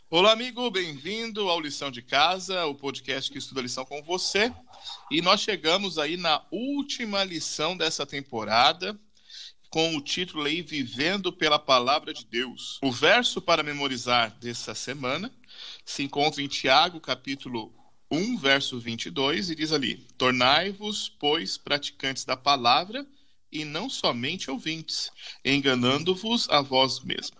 Olá, amigo, bem-vindo ao Lição de Casa, o podcast que estuda a lição com você. E nós chegamos aí na última lição dessa temporada, com o título aí, Vivendo pela Palavra de Deus. O verso para memorizar dessa semana se encontra em Tiago, capítulo 1, verso 22, e diz ali: Tornai-vos, pois, praticantes da palavra, e não somente ouvintes, enganando-vos a vós mesmos.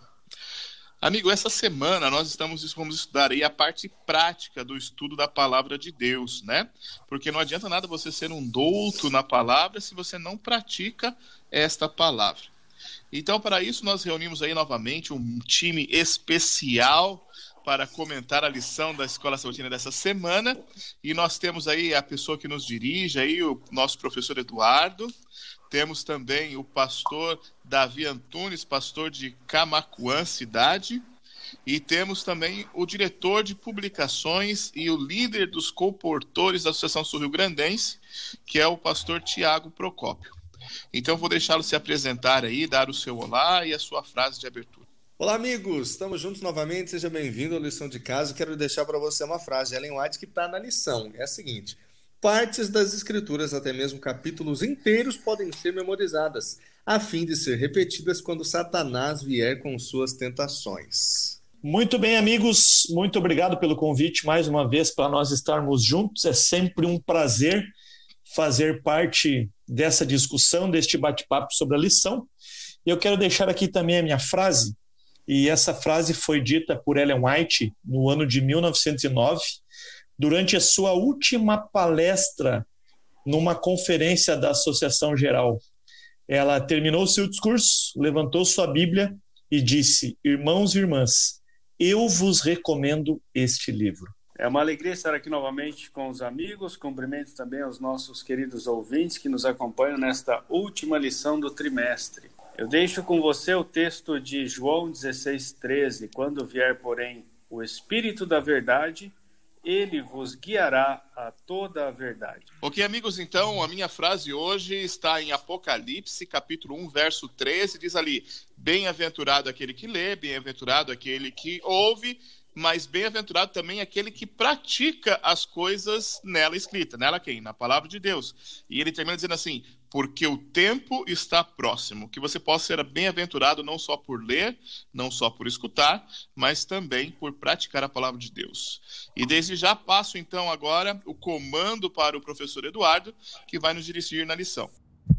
Amigo, essa semana vamos estudar aí a parte prática do estudo da palavra de Deus, né? Porque não adianta nada você ser um douto na palavra se você não pratica esta palavra. Então, para isso, nós reunimos aí novamente um time especial para comentar a lição da Escola Sabatina dessa semana. E nós temos aí a pessoa que nos dirige, aí, o nosso professor Eduardo. Temos também o pastor Davi Antunes, pastor de Camaquã, cidade. E temos também o diretor de publicações e o líder dos comportores da Associação Sul-Rio-Grandense, que é o pastor Tiago Procópio. Então, vou deixá-lo se apresentar aí, dar o seu olá e a sua frase de abertura. Olá, amigos! Estamos juntos novamente. Seja bem-vindo à lição de casa. Quero deixar para você uma frase de Ellen White que está na lição. É a seguinte: partes das escrituras, até mesmo capítulos inteiros, podem ser memorizadas, a fim de ser repetidas quando Satanás vier com suas tentações. Muito bem, amigos. Muito obrigado pelo convite mais uma vez para nós estarmos juntos. É sempre um prazer fazer parte dessa discussão, deste bate-papo sobre a lição. E eu quero deixar aqui também a minha frase, e essa frase foi dita por Ellen White no ano de 1909, durante a sua última palestra numa conferência da Associação Geral. Ela terminou seu discurso, levantou sua Bíblia e disse: irmãos e irmãs, eu vos recomendo este livro. É uma alegria estar aqui novamente com os amigos. Cumprimento também aos nossos queridos ouvintes que nos acompanham nesta última lição do trimestre. Eu deixo com você o texto de João 16:13. Quando vier, porém, o Espírito da Verdade, ele vos guiará a toda a verdade. Ok, amigos, então a minha frase hoje está em Apocalipse, capítulo 1, verso 13, diz ali: bem-aventurado aquele que lê, bem-aventurado aquele que ouve, mas bem-aventurado também aquele que pratica as coisas nela escritas. Nela quem? Na palavra de Deus. E ele termina dizendo assim: porque o tempo está próximo. Que você possa ser bem-aventurado não só por ler, não só por escutar, mas também por praticar a palavra de Deus. E desde já passo então agora o comando para o professor Eduardo, que vai nos dirigir na lição.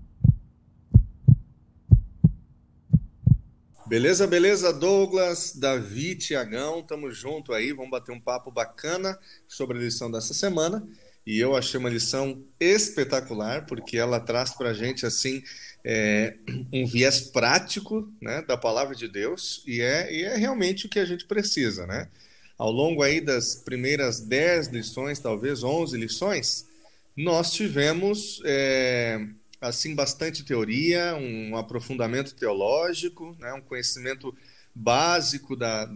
Beleza, Douglas, Davi, Tiagão, estamos juntos aí, vamos bater um papo bacana sobre a lição dessa semana. E eu achei uma lição espetacular, porque ela traz para a gente assim, um viés prático, né, da palavra de Deus, e é realmente o que a gente precisa, né? Ao longo aí das primeiras 10 lições, talvez 11 lições, nós tivemos assim, bastante teoria, um aprofundamento teológico, né, um conhecimento básico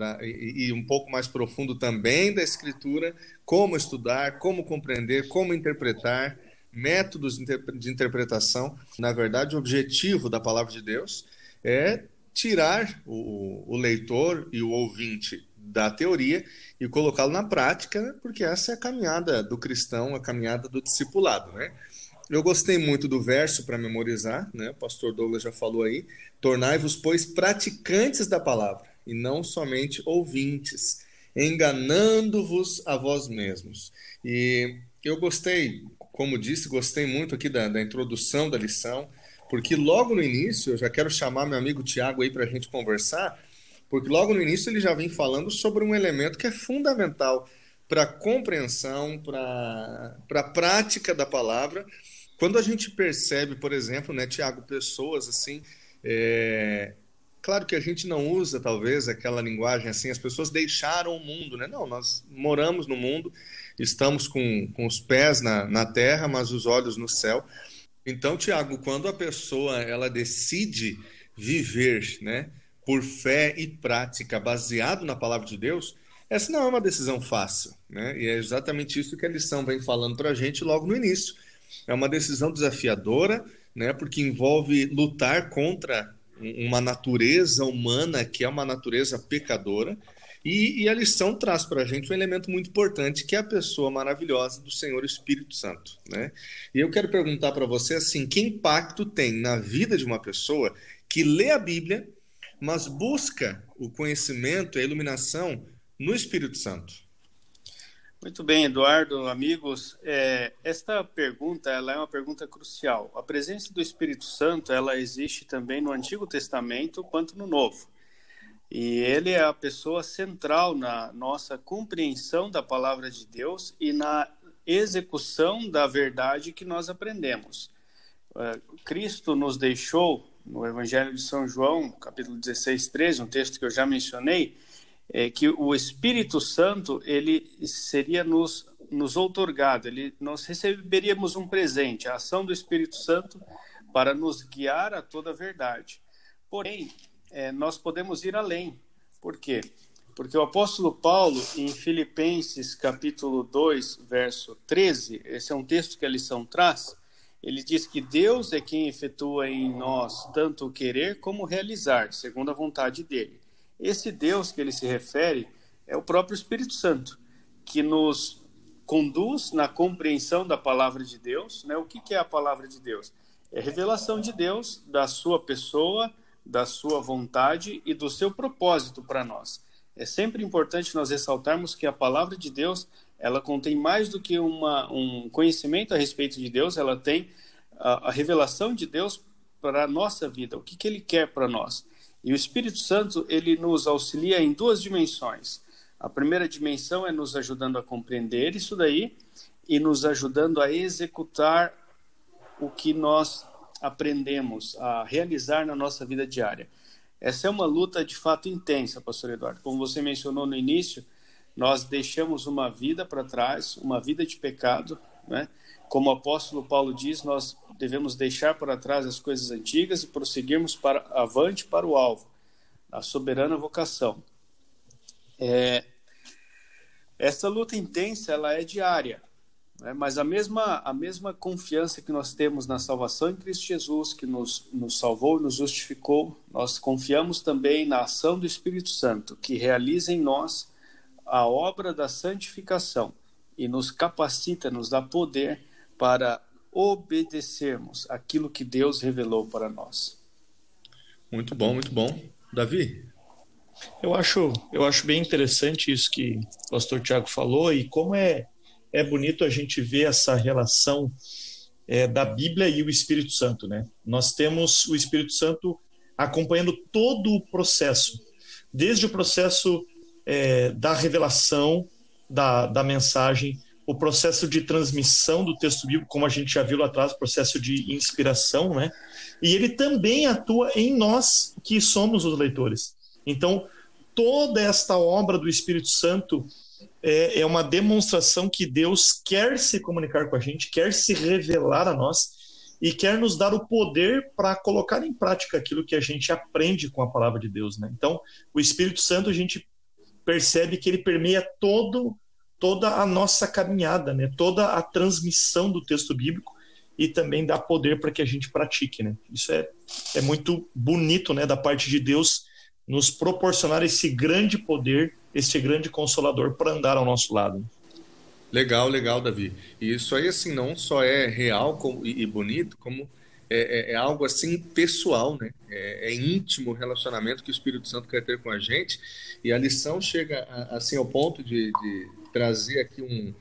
e um pouco mais profundo também da Escritura, como estudar, como compreender, como interpretar, métodos de interpretação. Na verdade, o objetivo da palavra de Deus é tirar o leitor e o ouvinte da teoria e colocá-lo na prática, porque essa é a caminhada do cristão, a caminhada do discipulado, né? Eu gostei muito do verso para memorizar, né? O pastor Douglas já falou aí: tornai-vos, pois, praticantes da palavra, e não somente ouvintes, enganando-vos a vós mesmos. E eu gostei, como disse, gostei muito aqui da introdução da lição, porque logo no início, eu já quero chamar meu amigo Tiago aí para a gente conversar, porque logo no início ele já vem falando sobre um elemento que é fundamental para a compreensão, para a prática da palavra. Quando a gente percebe, por exemplo, né, Tiago, pessoas assim, claro que a gente não usa talvez aquela linguagem assim, as pessoas deixaram o mundo, né? Não, nós moramos no mundo, estamos com os pés na terra, mas os olhos no céu. Então, Tiago, quando a pessoa ela decide viver, né, por fé e prática baseado na palavra de Deus, essa não é uma decisão fácil, né? E é exatamente isso que a lição vem falando para a gente logo no início. É uma decisão desafiadora, né? Porque envolve lutar contra uma natureza humana que é uma natureza pecadora, E a lição traz para a gente um elemento muito importante, que é a pessoa maravilhosa do Senhor Espírito Santo, né? E eu quero perguntar para você assim, que impacto tem na vida de uma pessoa que lê a Bíblia, mas busca o conhecimento e a iluminação no Espírito Santo? Muito bem, Eduardo, amigos. Esta pergunta ela é uma pergunta crucial. A presença do Espírito Santo ela existe também no Antigo Testamento quanto no Novo. E ele é a pessoa central na nossa compreensão da palavra de Deus e na execução da verdade que nós aprendemos. Cristo nos deixou, no Evangelho de São João, capítulo 16, 13, um texto que eu já mencionei, que o Espírito Santo ele seria nos outorgado, nós receberíamos um presente, a ação do Espírito Santo para nos guiar a toda a verdade. Porém, nós podemos ir além. Por quê? Porque o apóstolo Paulo, em Filipenses capítulo 2, verso 13, esse é um texto que a lição traz, ele diz que Deus é quem efetua em nós tanto o querer como o realizar, segundo a vontade dele. Esse Deus que ele se refere é o próprio Espírito Santo, que nos conduz na compreensão da palavra de Deus, né? O que é a palavra de Deus? É a revelação de Deus, da sua pessoa, da sua vontade e do seu propósito para nós. É sempre importante nós ressaltarmos que a palavra de Deus, ela contém mais do que um conhecimento a respeito de Deus, ela tem a revelação de Deus para a nossa vida, o que ele quer para nós. E o Espírito Santo, ele nos auxilia em duas dimensões. A primeira dimensão é nos ajudando a compreender isso daí e nos ajudando a executar o que nós aprendemos, a realizar na nossa vida diária. Essa é uma luta de fato intensa, pastor Eduardo. Como você mencionou no início, nós deixamos uma vida para trás, uma vida de pecado, né? Como o apóstolo Paulo diz, nós devemos deixar para trás as coisas antigas e prosseguirmos avante para o alvo, a soberana vocação. Essa luta intensa, ela é diária, né? Mas a mesma confiança que nós temos na salvação em Cristo Jesus, que nos salvou e nos justificou, nós confiamos também na ação do Espírito Santo, que realiza em nós a obra da santificação e nos capacita, nos dá poder para obedecermos aquilo que Deus revelou para nós. Muito bom, muito bom. Davi? Eu acho bem interessante isso que o pastor Tiago falou e como é bonito a gente ver essa relação da Bíblia e o Espírito Santo, né? Nós temos o Espírito Santo acompanhando todo o processo, desde o processo da revelação da mensagem, o processo de transmissão do texto bíblico, como a gente já viu lá atrás, o processo de inspiração, né? E ele também atua em nós que somos os leitores. Então, toda esta obra do Espírito Santo é uma demonstração que Deus quer se comunicar com a gente, quer se revelar a nós e quer nos dar o poder para colocar em prática aquilo que a gente aprende com a palavra de Deus, né? Então, o Espírito Santo, a gente percebe que ele permeia toda a nossa caminhada, né? Toda a transmissão do texto bíblico e também dá poder para que a gente pratique, né? Isso é muito bonito, né, da parte de Deus nos proporcionar esse grande poder, esse grande consolador para andar ao nosso lado. Legal, Davi. E isso aí, assim, não só é real e bonito, como é algo, assim, pessoal, né? É íntimo o relacionamento que o Espírito Santo quer ter com a gente. E a lição chega, assim, ao ponto de trazer aqui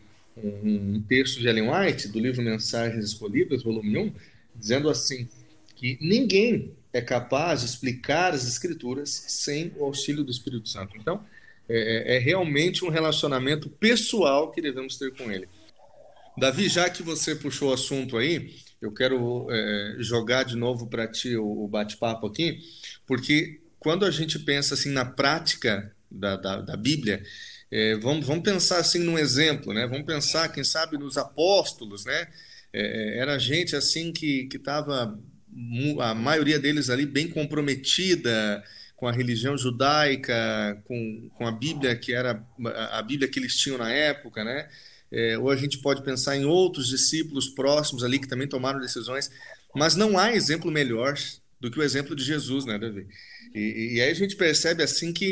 um texto de Ellen White, do livro Mensagens Escolhidas, volume 1, dizendo assim, que ninguém é capaz de explicar as Escrituras sem o auxílio do Espírito Santo. Então, é realmente um relacionamento pessoal que devemos ter com ele. Davi, já que você puxou o assunto aí, eu quero jogar de novo para ti o bate-papo aqui, porque quando a gente pensa assim na prática da Bíblia, vamos pensar assim num exemplo, né? Vamos pensar, quem sabe, nos apóstolos, né? Era gente assim que estava, a maioria deles ali, bem comprometida com a religião judaica, com a Bíblia, que era a Bíblia que eles tinham na época, né? Ou a gente pode pensar em outros discípulos próximos ali que também tomaram decisões, mas não há exemplo melhor do que o exemplo de Jesus, né, Davi? E aí a gente percebe assim que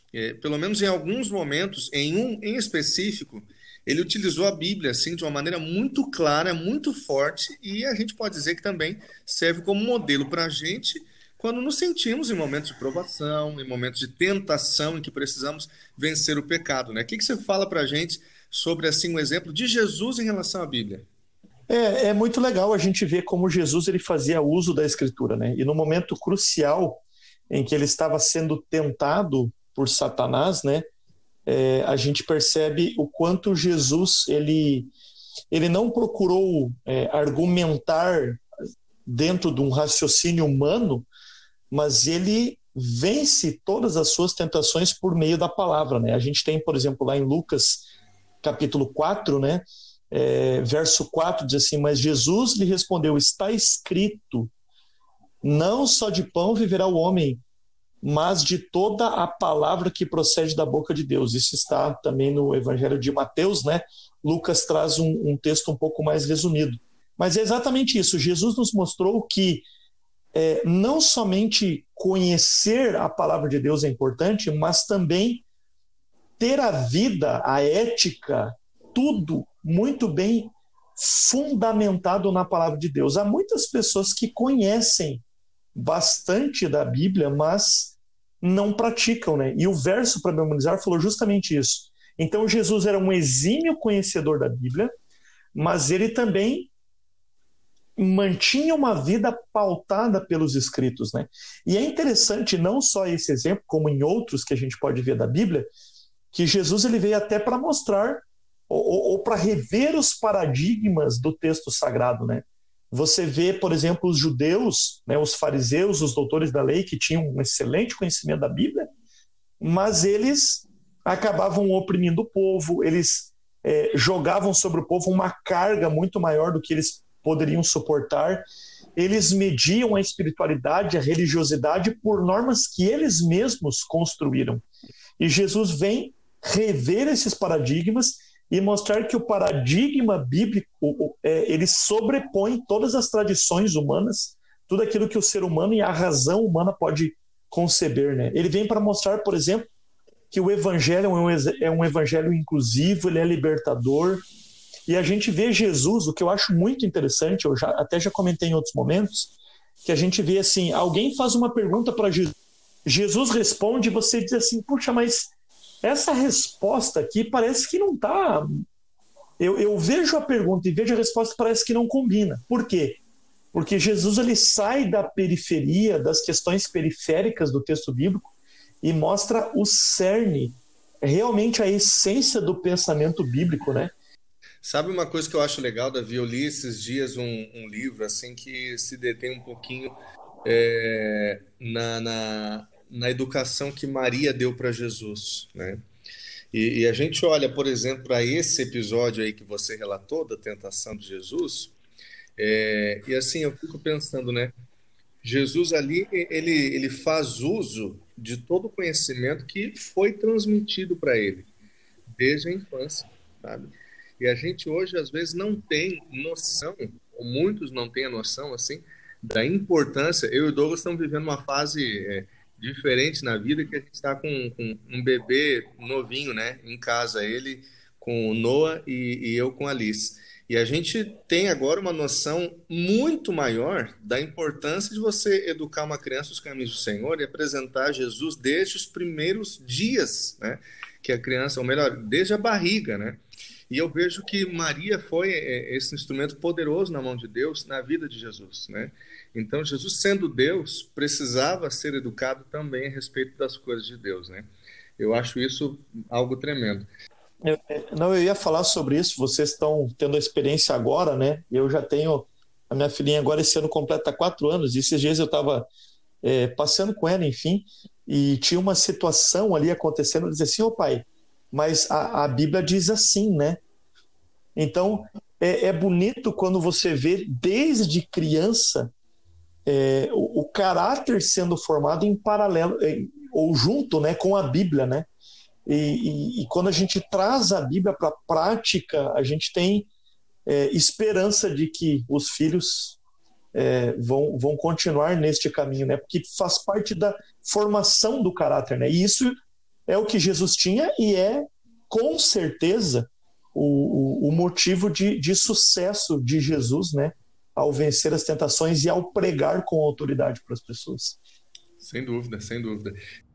pelo menos em alguns momentos, em um em específico, ele utilizou a Bíblia assim de uma maneira muito clara, muito forte, e a gente pode dizer que também serve como modelo para a gente quando nos sentimos em momentos de provação, em momentos de tentação, em que precisamos vencer o pecado, né? O que você fala para a gente sobre assim um exemplo de Jesus em relação à Bíblia? É muito legal a gente ver como Jesus ele fazia uso da Escritura, né? E no momento crucial em que ele estava sendo tentado por Satanás, né? A gente percebe o quanto Jesus ele não procurou argumentar dentro de um raciocínio humano, mas ele vence todas as suas tentações por meio da palavra, né? A gente tem, por exemplo, lá em Lucas capítulo 4, né? Verso 4 diz assim: mas Jesus lhe respondeu, está escrito, não só de pão viverá o homem, mas de toda a palavra que procede da boca de Deus. Isso está também no Evangelho de Mateus, né? Lucas traz um texto um pouco mais resumido. Mas é exatamente isso. Jesus nos mostrou que não somente conhecer a palavra de Deus é importante, mas também ter a vida, a ética, tudo muito bem fundamentado na palavra de Deus. Há muitas pessoas que conhecem bastante da Bíblia, mas não praticam, né? E o verso para memorizar falou justamente isso. Então Jesus era um exímio conhecedor da Bíblia, mas ele também mantinha uma vida pautada pelos escritos, né? E é interessante, não só esse exemplo, como em outros que a gente pode ver da Bíblia, que Jesus ele veio até para mostrar ou para rever os paradigmas do texto sagrado, né? Você vê, por exemplo, os judeus, né, os fariseus, os doutores da lei, que tinham um excelente conhecimento da Bíblia, mas eles acabavam oprimindo o povo, eles jogavam sobre o povo uma carga muito maior do que eles poderiam suportar, eles mediam a espiritualidade, a religiosidade por normas que eles mesmos construíram. E Jesus vem rever esses paradigmas e mostrar que o paradigma bíblico ele sobrepõe todas as tradições humanas, tudo aquilo que o ser humano e a razão humana pode conceber, né? Ele vem para mostrar, por exemplo, que o evangelho é um evangelho inclusivo, ele é libertador, e a gente vê Jesus, o que eu acho muito interessante, eu até já comentei em outros momentos, que a gente vê assim, alguém faz uma pergunta para Jesus, Jesus responde e você diz assim, puxa, mas essa resposta aqui parece que não está... Eu vejo a pergunta e vejo a resposta, parece que não combina. Por quê? Porque Jesus ele sai da periferia, das questões periféricas do texto bíblico e mostra o cerne, realmente a essência do pensamento bíblico, né? Sabe uma coisa que eu acho legal, Davi? Eu li esses dias um livro assim que se detém um pouquinho na educação que Maria deu para Jesus, né? E a gente olha, por exemplo, para esse episódio aí que você relatou da tentação de Jesus, e assim eu fico pensando, né? Jesus ali ele faz uso de todo o conhecimento que foi transmitido para ele desde a infância, sabe? E a gente hoje às vezes não tem noção, ou muitos não têm a noção assim da importância. Eu e o Douglas estamos vivendo uma fase diferente na vida, que a gente está com um bebê novinho, né, em casa, ele com o Noah e eu com a Alice. E a gente tem agora uma noção muito maior da importância de você educar uma criança nos caminhos do Senhor e apresentar Jesus desde os primeiros dias, né, que a criança, ou melhor, desde a barriga, né? E eu vejo que Maria foi esse instrumento poderoso na mão de Deus, na vida de Jesus, né? Então, Jesus, sendo Deus, precisava ser educado também a respeito das coisas de Deus, né? Eu acho isso algo tremendo. Eu ia falar sobre isso, vocês estão tendo a experiência agora, né? Eu já tenho, a minha filhinha agora esse ano completa 4 anos, e esses dias eu estava passeando com ela, enfim, e tinha uma situação ali acontecendo, eu dizia assim, ô pai, mas a Bíblia diz assim, né? Então, é bonito quando você vê desde criança o caráter sendo formado em paralelo, ou junto, né, com a Bíblia, né? E quando a gente traz a Bíblia para a prática, a gente tem esperança de que os filhos vão continuar neste caminho, né? Porque faz parte da formação do caráter, né? E isso é o que Jesus tinha e é, com certeza, o motivo de sucesso de Jesus, né, ao vencer as tentações e ao pregar com autoridade para as pessoas. Sem dúvida, sem dúvida.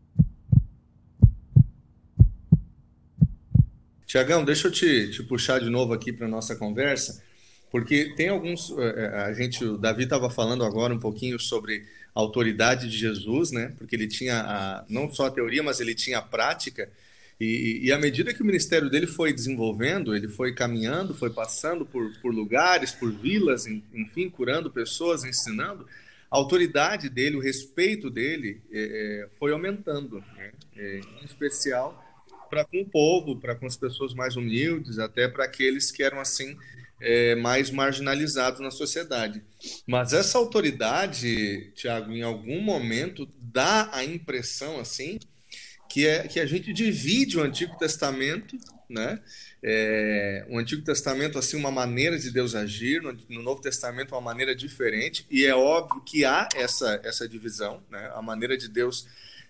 Tiagão, deixa eu te puxar de novo aqui para a nossa conversa, porque tem alguns... o Davi estava falando agora um pouquinho sobre a autoridade de Jesus, né? Porque ele tinha não só a teoria, mas ele tinha a prática, e à medida que o ministério dele foi desenvolvendo, ele foi caminhando, foi passando por lugares, por vilas, enfim, curando pessoas, ensinando, a autoridade dele, o respeito dele foi aumentando, né? Em especial para com o povo, para com as pessoas mais humildes, até para aqueles que eram assim mais marginalizados na sociedade. Mas essa autoridade, Tiago, em algum momento dá a impressão assim que a gente divide o Antigo Testamento, né? O Antigo Testamento, assim, uma maneira de Deus agir, no Novo Testamento uma maneira diferente, e é óbvio que há essa divisão, né? A maneira de Deus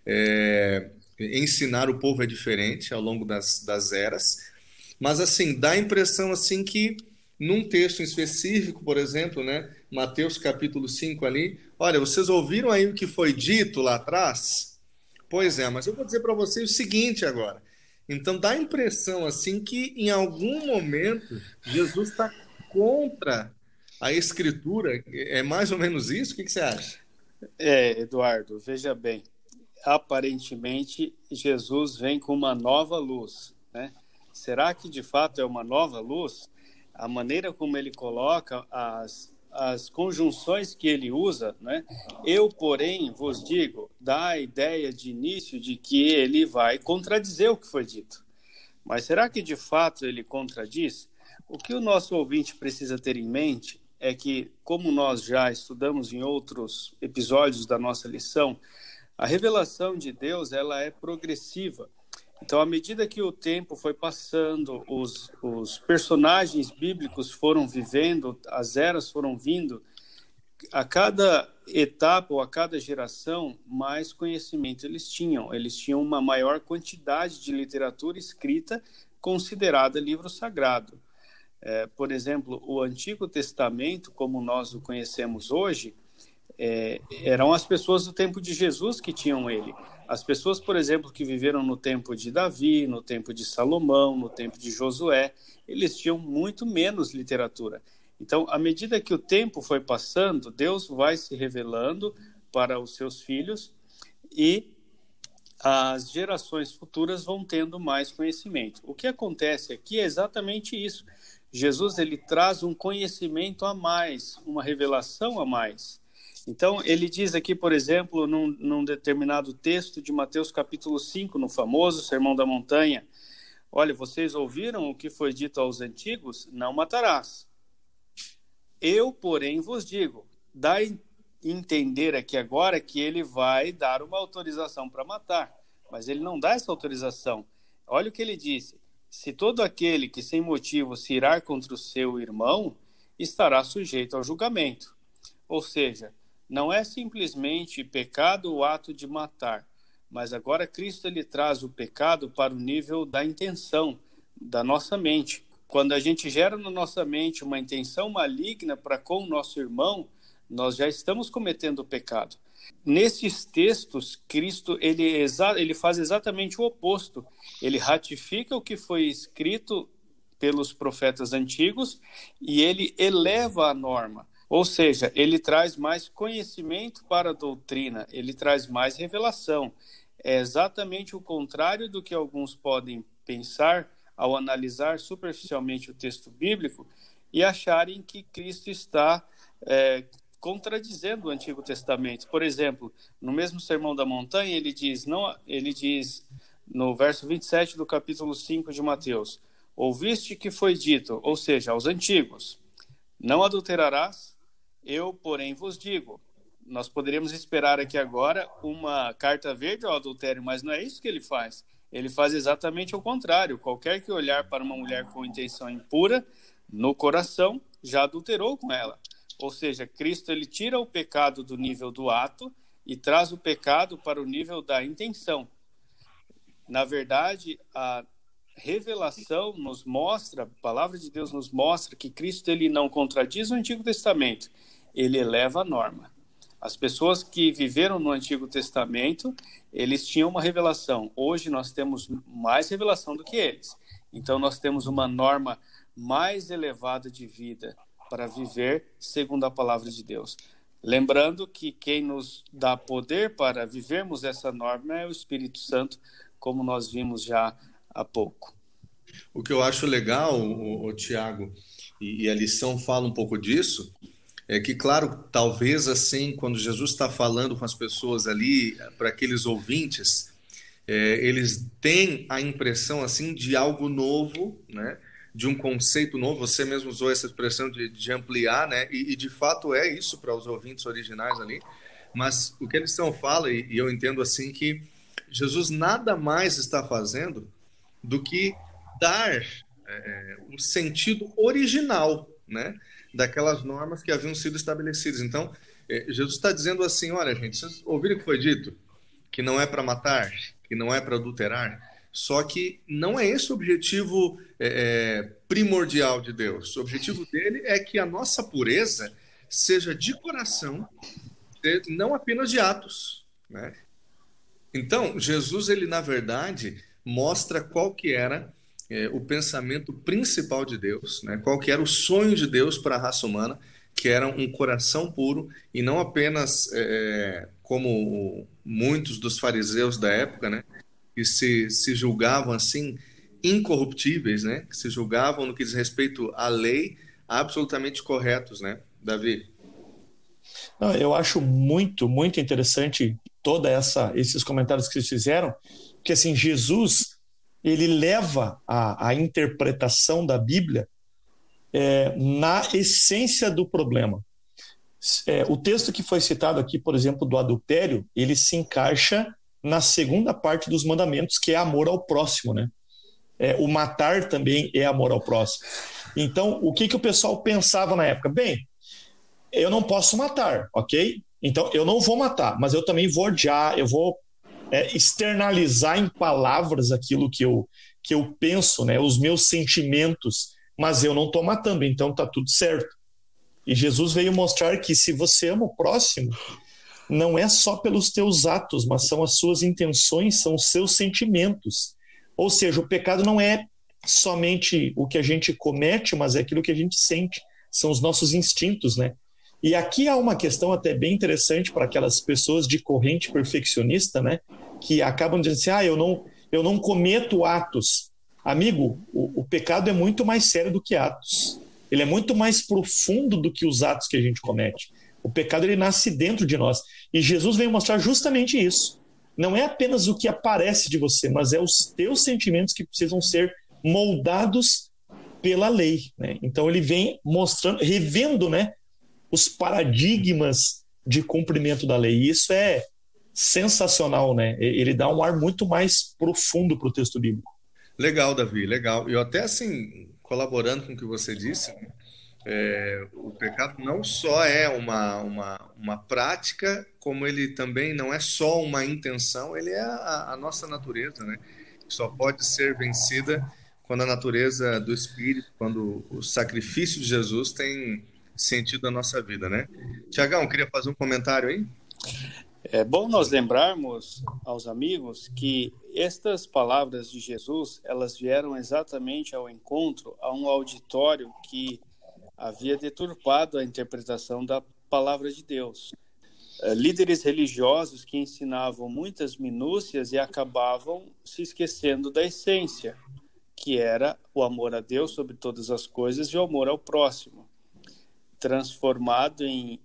ensinar o povo é diferente ao longo das eras, mas assim, dá a impressão assim que num texto específico, por exemplo, né, Mateus capítulo 5 ali, olha, vocês ouviram aí o que foi dito lá atrás? Pois é, mas eu vou dizer para vocês o seguinte agora. Então dá a impressão assim que em algum momento Jesus está contra a Escritura. É mais ou menos isso? O que você acha? Eduardo, veja bem. Aparentemente, Jesus vem com uma nova luz, né? Será que de fato é uma nova luz? A maneira como ele coloca as conjunções que ele usa, né? Eu, porém, vos digo, dá a ideia de início de que ele vai contradizer o que foi dito. Mas será que de fato ele contradiz? O que o nosso ouvinte precisa ter em mente é que, como nós já estudamos em outros episódios da nossa lição, a revelação de Deus, ela é progressiva. Então, à medida que o tempo foi passando, os personagens bíblicos foram vivendo, as eras foram vindo, a cada etapa ou a cada geração, mais conhecimento eles tinham. Eles tinham uma maior quantidade de literatura escrita considerada livro sagrado. Por exemplo, o Antigo Testamento, como nós o conhecemos hoje, eram as pessoas do tempo de Jesus que tinham ele. As pessoas, por exemplo, que viveram no tempo de Davi, no tempo de Salomão, no tempo de Josué, eles tinham muito menos literatura. Então, à medida que o tempo foi passando, Deus vai se revelando para os seus filhos e as gerações futuras vão tendo mais conhecimento. O que acontece aqui é exatamente isso. Jesus, ele traz um conhecimento a mais, uma revelação a mais. Então, ele diz aqui, por exemplo, num determinado texto de Mateus capítulo 5, no famoso Sermão da Montanha, olha, vocês ouviram o que foi dito aos antigos? Não matarás. Eu, porém, vos digo, dá a entender aqui agora que ele vai dar uma autorização para matar, mas ele não dá essa autorização. Olha o que ele disse, se todo aquele que sem motivo se irar contra o seu irmão, estará sujeito ao julgamento. Ou seja, não é simplesmente pecado o ato de matar, mas agora Cristo ele traz o pecado para o nível da intenção, da nossa mente. Quando a gente gera na nossa mente uma intenção maligna para com o nosso irmão, nós já estamos cometendo o pecado. Nesses textos, Cristo ele faz exatamente o oposto. Ele ratifica o que foi escrito pelos profetas antigos e ele eleva a norma. Ou seja, ele traz mais conhecimento para a doutrina, ele traz mais revelação. É exatamente o contrário do que alguns podem pensar ao analisar superficialmente o texto bíblico e acharem que Cristo está contradizendo o Antigo Testamento. Por exemplo, no mesmo Sermão da Montanha, ele diz no verso 27 do capítulo 5 de Mateus, ouviste que foi dito, ou seja, aos antigos, não adulterarás, eu, porém, vos digo. Nós poderíamos esperar aqui agora uma carta verde ao adultério, mas não é isso que ele faz. Ele faz exatamente o contrário. Qualquer que olhar para uma mulher com intenção impura, no coração, já adulterou com ela. Ou seja, Cristo ele tira o pecado do nível do ato e traz o pecado para o nível da intenção. Na verdade, a revelação nos mostra, a palavra de Deus nos mostra que Cristo ele não contradiz o Antigo Testamento, ele eleva a norma. As pessoas que viveram no Antigo Testamento, eles tinham uma revelação. Hoje nós temos mais revelação do que eles. Então nós temos uma norma mais elevada de vida para viver segundo a palavra de Deus. Lembrando que quem nos dá poder para vivermos essa norma é o Espírito Santo, como nós vimos já há pouco. O que eu acho legal, o Tiago, e a lição fala um pouco disso, é que, claro, talvez assim, quando Jesus está falando com as pessoas ali, para aqueles ouvintes, eles têm a impressão assim de algo novo, né? De um conceito novo. Você mesmo usou essa expressão de ampliar, né? E de fato é isso para os ouvintes originais ali. Mas o que a lição fala, e eu entendo assim, que Jesus nada mais está fazendo do que dar o sentido original, né, daquelas normas que haviam sido estabelecidas. Então, Jesus está dizendo assim, olha, gente, vocês ouviram o que foi dito? Que não é para matar, que não é para adulterar. Só que não é esse o objetivo primordial de Deus. O objetivo dele é que a nossa pureza seja de coração, não apenas de atos, né? Então, Jesus, ele na verdade mostra qual que era o pensamento principal de Deus, né? Qual que era o sonho de Deus para a raça humana, que era um coração puro, e não apenas como muitos dos fariseus da época, né? Que se julgavam assim incorruptíveis, né? Que se julgavam no que diz respeito à lei absolutamente corretos, né, Davi? Não, eu acho muito, muito interessante esses comentários que vocês fizeram, porque assim, Jesus, ele leva a interpretação da Bíblia na essência do problema. O texto que foi citado aqui, por exemplo, do adultério, ele se encaixa na segunda parte dos mandamentos, que é amor ao próximo, né? O matar também é amor ao próximo. Então, o que o pessoal pensava na época? Bem, eu não posso matar, ok? Então, eu não vou matar, mas eu também vou odiar, eu vou externalizar em palavras aquilo que eu penso, né? Os meus sentimentos, mas eu não estou matando, então está tudo certo. E Jesus veio mostrar que se você ama o próximo, não é só pelos teus atos, mas são as suas intenções, são os seus sentimentos. Ou seja, o pecado não é somente o que a gente comete, mas é aquilo que a gente sente, são os nossos instintos, né? E aqui há uma questão até bem interessante para aquelas pessoas de corrente perfeccionista, né? Que acabam dizendo assim, eu não cometo atos. Amigo, o pecado é muito mais sério do que atos. Ele é muito mais profundo do que os atos que a gente comete. O pecado, ele nasce dentro de nós. E Jesus veio mostrar justamente isso. Não é apenas o que aparece de você, mas é os teus sentimentos que precisam ser moldados pela lei, né? Então ele vem mostrando, revendo, né, os paradigmas de cumprimento da lei. E isso é sensacional, né? Ele dá um ar muito mais profundo para o texto bíblico. Legal, Davi, legal. Eu até assim, colaborando com o que você disse, né? O pecado não só é uma prática, como ele também não é só uma intenção, ele é a nossa natureza, né? Só pode ser vencida quando a natureza do Espírito, quando o sacrifício de Jesus tem sentido na nossa vida, né? Tiagão, queria fazer um comentário aí? É bom nós lembrarmos aos amigos que estas palavras de Jesus, elas vieram exatamente ao encontro a um auditório que havia deturpado a interpretação da palavra de Deus. Líderes religiosos que ensinavam muitas minúcias e acabavam se esquecendo da essência, que era o amor a Deus sobre todas as coisas e o amor ao próximo, transformado em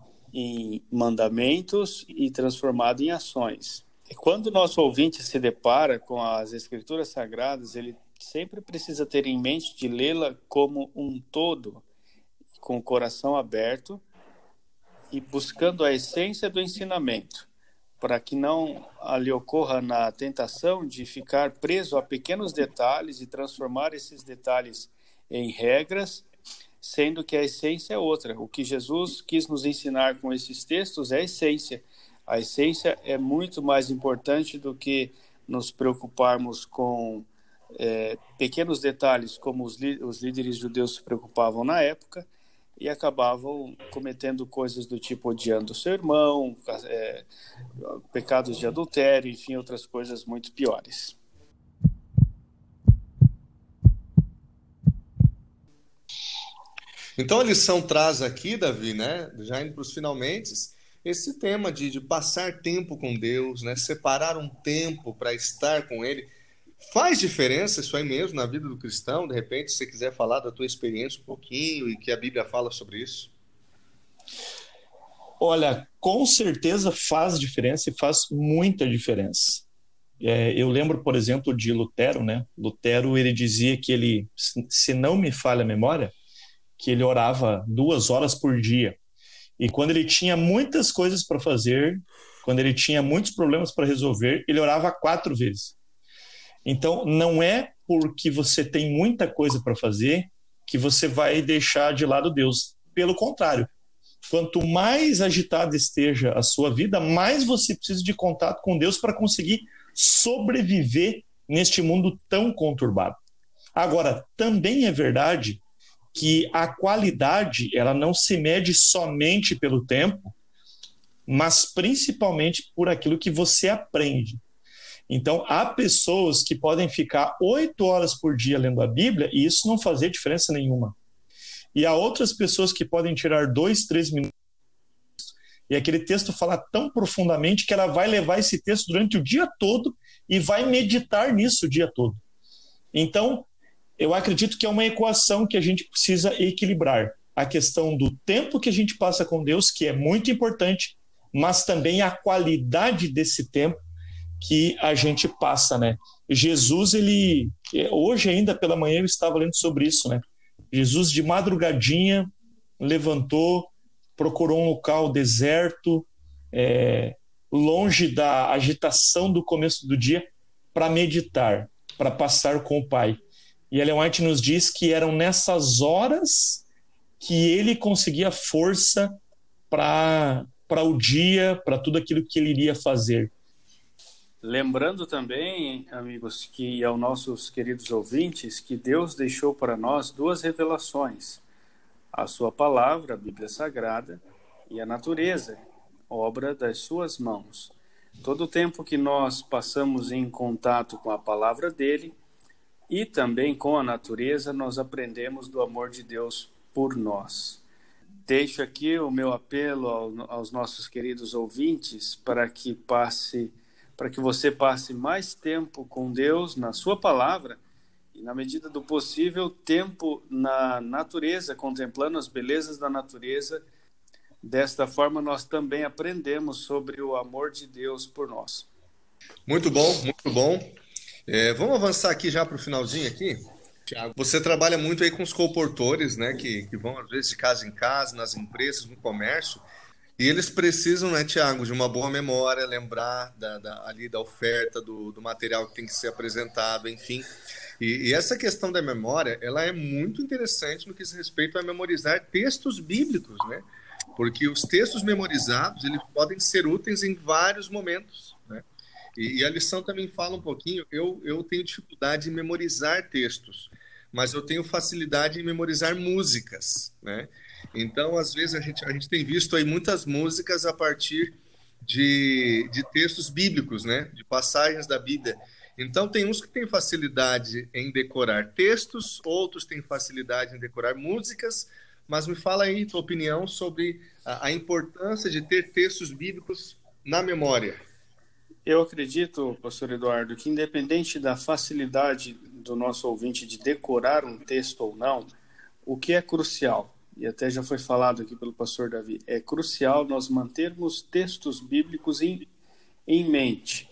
mandamentos e transformado em ações. E quando o nosso ouvinte se depara com as Escrituras Sagradas, ele sempre precisa ter em mente de lê-la como um todo, com o coração aberto e buscando a essência do ensinamento, para que não lhe ocorra na tentação de ficar preso a pequenos detalhes e transformar esses detalhes em regras, sendo que a essência é outra. O que Jesus quis nos ensinar com esses textos é a essência. A essência é muito mais importante do que nos preocuparmos com pequenos detalhes, como os líderes judeus se preocupavam na época, e acabavam cometendo coisas do tipo odiando seu irmão, pecados de adultério, enfim, outras coisas muito piores. Então a lição traz aqui, Davi, né, já indo para os finalmente, esse tema de passar tempo com Deus, né, separar um tempo para estar com Ele. Faz diferença isso aí mesmo na vida do cristão? De repente, se você quiser falar da tua experiência um pouquinho e que a Bíblia fala sobre isso. Olha, com certeza faz diferença e faz muita diferença. Eu lembro, por exemplo, de Lutero, né? Lutero, ele dizia que ele, se não me falha a memória, que ele orava 2 horas por dia. E quando ele tinha muitas coisas para fazer, quando ele tinha muitos problemas para resolver, ele orava 4 vezes. Então, não é porque você tem muita coisa para fazer que você vai deixar de lado Deus. Pelo contrário, quanto mais agitada esteja a sua vida, mais você precisa de contato com Deus para conseguir sobreviver neste mundo tão conturbado. Agora, também é verdade que a qualidade ela não se mede somente pelo tempo, mas principalmente por aquilo que você aprende. Então, há pessoas que podem ficar 8 horas por dia lendo a Bíblia e isso não fazer diferença nenhuma. E há outras pessoas que podem tirar 2, 3 minutos e aquele texto fala tão profundamente que ela vai levar esse texto durante o dia todo e vai meditar nisso o dia todo. Então, eu acredito que é uma equação que a gente precisa equilibrar. A questão do tempo que a gente passa com Deus, que é muito importante, mas também a qualidade desse tempo que a gente passa, né? Jesus, hoje ainda pela manhã eu estava lendo sobre isso, né? Jesus de madrugadinha levantou, procurou um local deserto, longe da agitação do começo do dia, para meditar, para passar com o Pai. E Ellen White nos diz que eram nessas horas que ele conseguia força para o dia, para tudo aquilo que ele iria fazer. Lembrando também, amigos, que aos nossos queridos ouvintes, que Deus deixou para nós 2 revelações: a sua palavra, a Bíblia Sagrada, e a natureza, obra das suas mãos. Todo o tempo que nós passamos em contato com a palavra dele e também com a natureza, nós aprendemos do amor de Deus por nós. Deixo aqui o meu apelo aos nossos queridos ouvintes para que você passe mais tempo com Deus, na sua palavra, e, na medida do possível, tempo na natureza, contemplando as belezas da natureza. Desta forma, nós também aprendemos sobre o amor de Deus por nós. Muito bom, muito bom. Vamos avançar aqui já para o finalzinho aqui. Tiago, você trabalha muito aí com os colportores, né, que vão, às vezes, de casa em casa, nas empresas, no comércio. E eles precisam, né, Tiago, de uma boa memória, lembrar ali da oferta, do material que tem que ser apresentado, enfim. E essa questão da memória, ela é muito interessante no que diz respeito a memorizar textos bíblicos, né? Porque os textos memorizados, eles podem ser úteis em vários momentos, né? E a lição também fala um pouquinho, eu tenho dificuldade em memorizar textos, mas eu tenho facilidade em memorizar músicas, né? Então, às vezes, a gente tem visto aí muitas músicas a partir de textos bíblicos, né? De passagens da Bíblia. Então, tem uns que têm facilidade em decorar textos, outros têm facilidade em decorar músicas, mas me fala aí tua opinião sobre a importância de ter textos bíblicos na memória. Eu acredito, pastor Eduardo, que independente da facilidade do nosso ouvinte de decorar um texto ou não, o que é crucial, e até já foi falado aqui pelo pastor Davi, é crucial nós mantermos textos bíblicos em mente,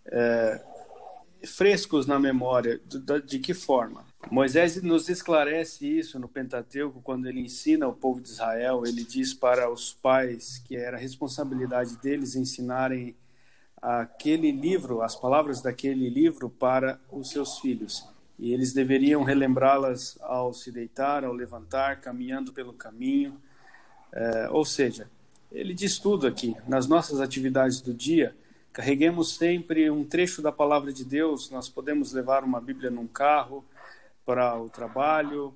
frescos na memória. De que forma? Moisés nos esclarece isso no Pentateuco, quando ele ensina o povo de Israel. Ele diz para os pais que era responsabilidade deles ensinarem aquele livro, as palavras daquele livro para os seus filhos. E eles deveriam relembrá-las ao se deitar, ao levantar, caminhando pelo caminho. Ou seja, ele diz tudo aqui. Nas nossas atividades do dia, Carreguemos sempre um trecho da palavra de Deus. Nós podemos levar uma Bíblia num carro para o trabalho.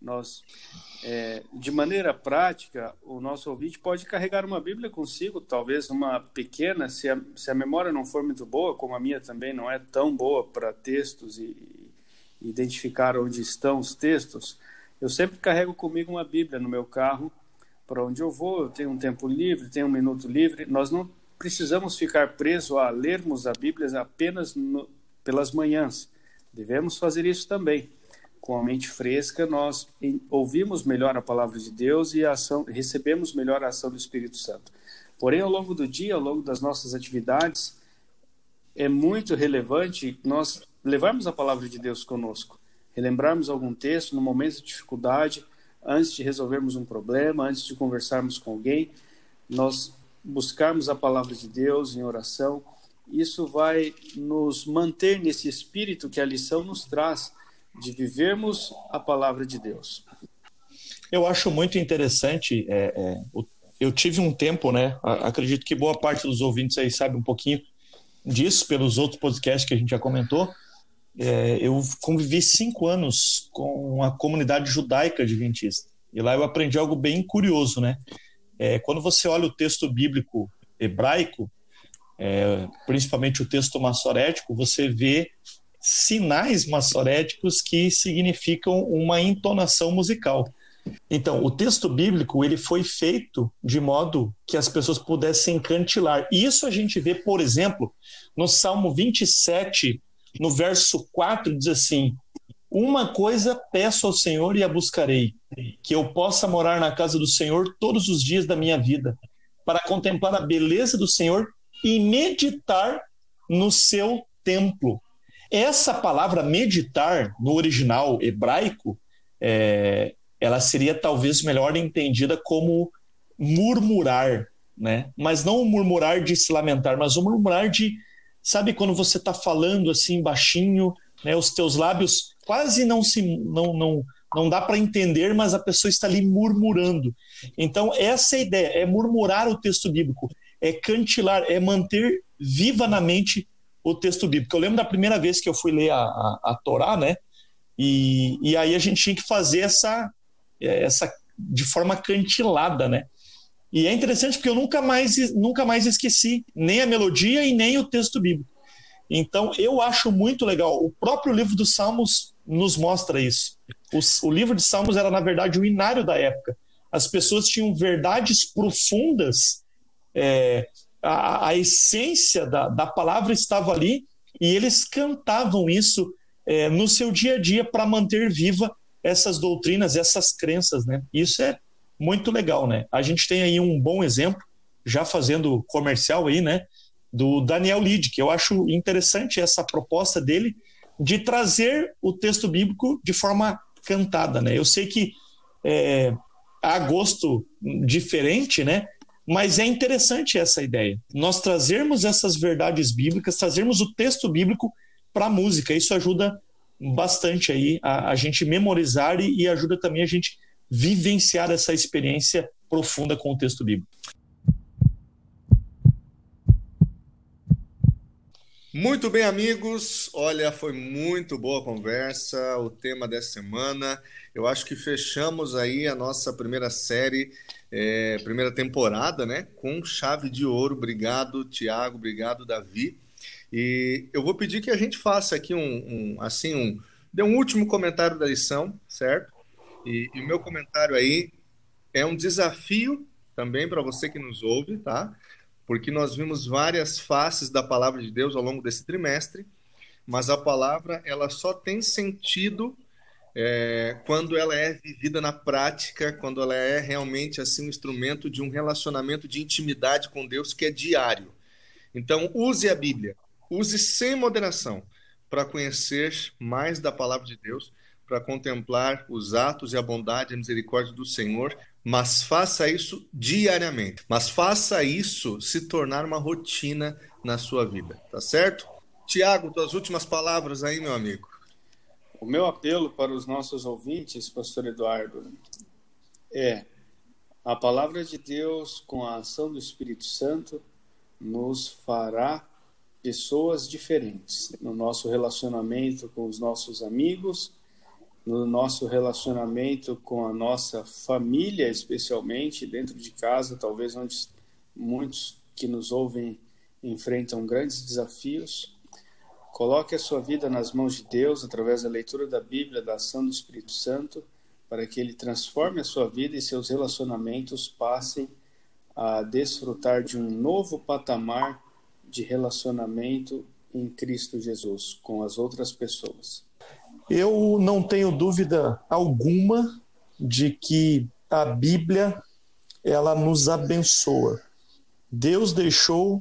De maneira prática, o nosso ouvinte pode carregar uma Bíblia consigo, talvez uma pequena, se a memória não for muito boa, como a minha também não é tão boa para textos e identificar onde estão os textos. Eu sempre carrego comigo uma Bíblia no meu carro, para onde eu vou. Eu tenho um tempo livre, tenho um minuto livre. Nós não precisamos ficar presos a lermos a Bíblia apenas pelas manhãs. Devemos fazer isso também. Com a mente fresca, nós ouvimos melhor a palavra de Deus e recebemos melhor a ação do Espírito Santo. Porém, ao longo do dia, ao longo das nossas atividades, é muito relevante nós levarmos a palavra de Deus conosco, relembrarmos algum texto no momento de dificuldade, antes de resolvermos um problema, antes de conversarmos com alguém, nós buscarmos a palavra de Deus em oração. Isso vai nos manter nesse espírito que a lição nos traz, de vivermos a palavra de Deus. Eu acho muito interessante, eu tive um tempo, né, acredito que boa parte dos ouvintes aí sabe um pouquinho disso, pelos outros podcasts que a gente já comentou. Eu convivi 5 anos com a comunidade judaica adventista, e lá eu aprendi algo bem curioso, né? Quando você olha o texto bíblico hebraico, principalmente o texto massorético, você vê sinais massoréticos que significam uma entonação musical. Então, o texto bíblico ele foi feito de modo que as pessoas pudessem cantilar. E isso a gente vê, por exemplo, no Salmo 27, no verso 4, diz assim: uma coisa peço ao Senhor e a buscarei, que eu possa morar na casa do Senhor todos os dias da minha vida, para contemplar a beleza do Senhor e meditar no seu templo. Essa palavra meditar, no original hebraico, ela seria talvez melhor entendida como murmurar, né? Mas não o murmurar de se lamentar, mas o murmurar de, sabe, quando você está falando assim baixinho, né? Os teus lábios quase não dá para entender, mas a pessoa está ali murmurando. Então essa é a ideia, é murmurar o texto bíblico, é cantilar, é manter viva na mente o texto bíblico. Eu lembro da primeira vez que eu fui ler a Torá, né? E aí a gente tinha que fazer essa de forma cantilada, né? E é interessante porque eu nunca mais esqueci nem a melodia e nem o texto bíblico. Então eu acho muito legal. O próprio livro dos Salmos nos mostra isso. O livro de Salmos era, na verdade, o inário da época. As pessoas tinham verdades profundas, a essência da palavra estava ali, e eles cantavam isso no seu dia a dia para manter viva essas doutrinas, essas crenças, né? Isso é muito legal, né? A gente tem aí um bom exemplo, já fazendo comercial aí, né? Do Daniel Lid, que eu acho interessante essa proposta dele de trazer o texto bíblico de forma cantada, né? Eu sei que há gosto diferente, né? Mas é interessante essa ideia. Nós trazermos essas verdades bíblicas, trazermos o texto bíblico para a música. Isso ajuda bastante aí a gente memorizar e ajuda também a gente vivenciar essa experiência profunda com o texto bíblico. Muito bem, amigos. Olha, foi muito boa a conversa, o tema dessa semana. Eu acho que fechamos aí a nossa primeira série, primeira temporada, né? Com chave de ouro. Obrigado, Tiago. Obrigado, Davi. E eu vou pedir que a gente faça aqui dê um último comentário da lição, certo? E o meu comentário aí é um desafio também para você que nos ouve, tá? Porque nós vimos várias faces da palavra de Deus ao longo desse trimestre, mas a palavra ela só tem sentido quando ela é vivida na prática, quando ela é realmente assim um instrumento de um relacionamento de intimidade com Deus que é diário. Então, use a Bíblia, use sem moderação para conhecer mais da palavra de Deus, para contemplar os atos e a bondade e a misericórdia do Senhor, mas faça isso diariamente. Mas faça isso se tornar uma rotina na sua vida, tá certo? Tiago, tuas últimas palavras aí, meu amigo. O meu apelo para os nossos ouvintes, pastor Eduardo, é a palavra de Deus com a ação do Espírito Santo nos fará pessoas diferentes, no nosso relacionamento com os nossos amigos, no nosso relacionamento com a nossa família, especialmente dentro de casa, talvez onde muitos que nos ouvem enfrentam grandes desafios. Coloque a sua vida nas mãos de Deus através da leitura da Bíblia, da ação do Espírito Santo, para que Ele transforme a sua vida e seus relacionamentos passem a desfrutar de um novo patamar de relacionamento em Cristo Jesus com as outras pessoas. Eu não tenho dúvida alguma de que a Bíblia, ela nos abençoa. Deus deixou,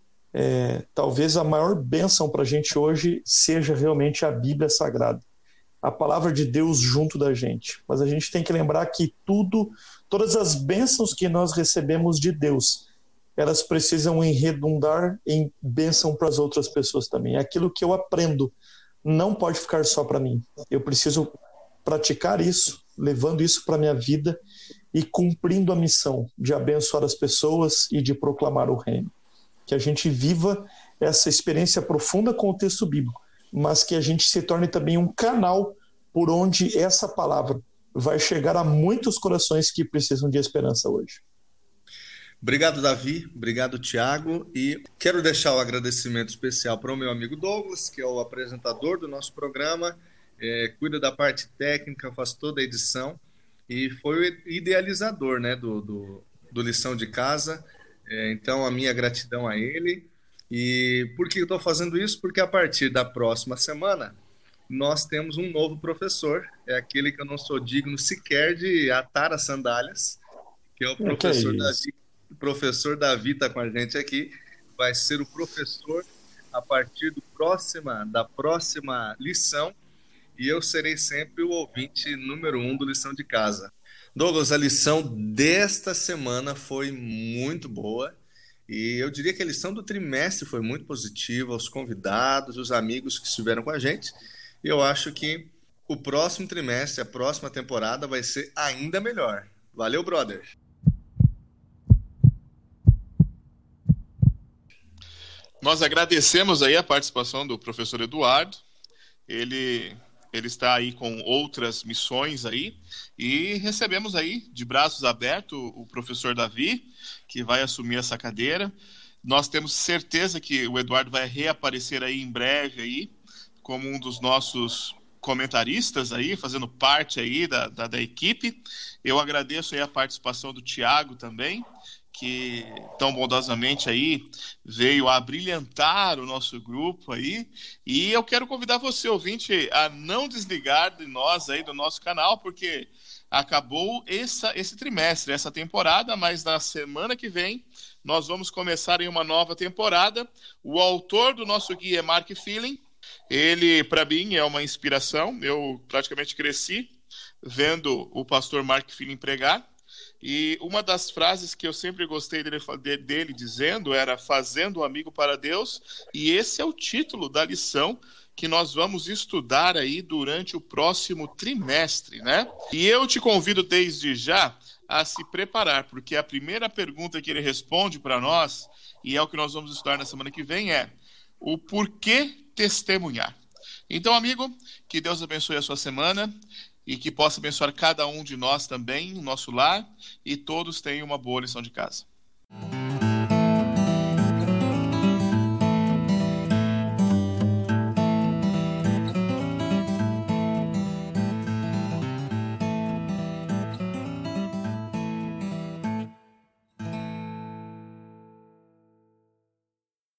talvez a maior bênção para a gente hoje seja realmente a Bíblia Sagrada. A palavra de Deus junto da gente. Mas a gente tem que lembrar que todas as bênçãos que nós recebemos de Deus, elas precisam redundar em bênção para as outras pessoas também. Aquilo que eu aprendo não pode ficar só para mim. Eu preciso praticar isso, levando isso para a minha vida e cumprindo a missão de abençoar as pessoas e de proclamar o reino. Que a gente viva essa experiência profunda com o texto bíblico, mas que a gente se torne também um canal por onde essa palavra vai chegar a muitos corações que precisam de esperança hoje. Obrigado, Davi. Obrigado, Tiago. E quero deixar o agradecimento especial para o meu amigo Douglas, que é o apresentador do nosso programa, cuida da parte técnica, faz toda a edição e foi o idealizador, né, do Lição de Casa. Então, a minha gratidão a ele. E por que eu estou fazendo isso? Porque a partir da próxima semana, nós temos um novo professor, é aquele que eu não sou digno sequer de atar as sandálias, que é o professor Davi. O professor Davi está com a gente aqui, vai ser o professor a partir da próxima lição, e eu serei sempre o ouvinte número 1 do Lição de Casa. Douglas, a lição desta semana foi muito boa, e eu diria que a lição do trimestre foi muito positiva, os convidados, os amigos que estiveram com a gente, e eu acho que o próximo trimestre, a próxima temporada vai ser ainda melhor. Valeu, brother! Nós agradecemos aí a participação do professor Eduardo. Ele está aí com outras missões aí, e recebemos aí de braços abertos o professor Davi, que vai assumir essa cadeira. Nós temos certeza que o Eduardo vai reaparecer aí em breve aí, como um dos nossos comentaristas aí, fazendo parte aí da equipe. Eu agradeço aí a participação do Tiago também, que tão bondosamente aí veio a brilhantar o nosso grupo aí, e eu quero convidar você, ouvinte, a não desligar de nós aí do nosso canal, porque acabou esse trimestre, essa temporada, mas na semana que vem nós vamos começar em uma nova temporada. O autor do nosso guia é Mark Feeling. Ele, para mim, é uma inspiração. Eu praticamente cresci vendo o pastor Mark Feeling pregar. E uma das frases que eu sempre gostei dele dizendo era fazendo o amigo para Deus, e esse é o título da lição que nós vamos estudar aí durante o próximo trimestre, né? E eu te convido desde já a se preparar, porque a primeira pergunta que ele responde para nós, e é o que nós vamos estudar na semana que vem, é o porquê testemunhar. Então, amigo, que Deus abençoe a sua semana, e que possa abençoar cada um de nós também, no nosso lar, e todos tenham uma boa lição de casa.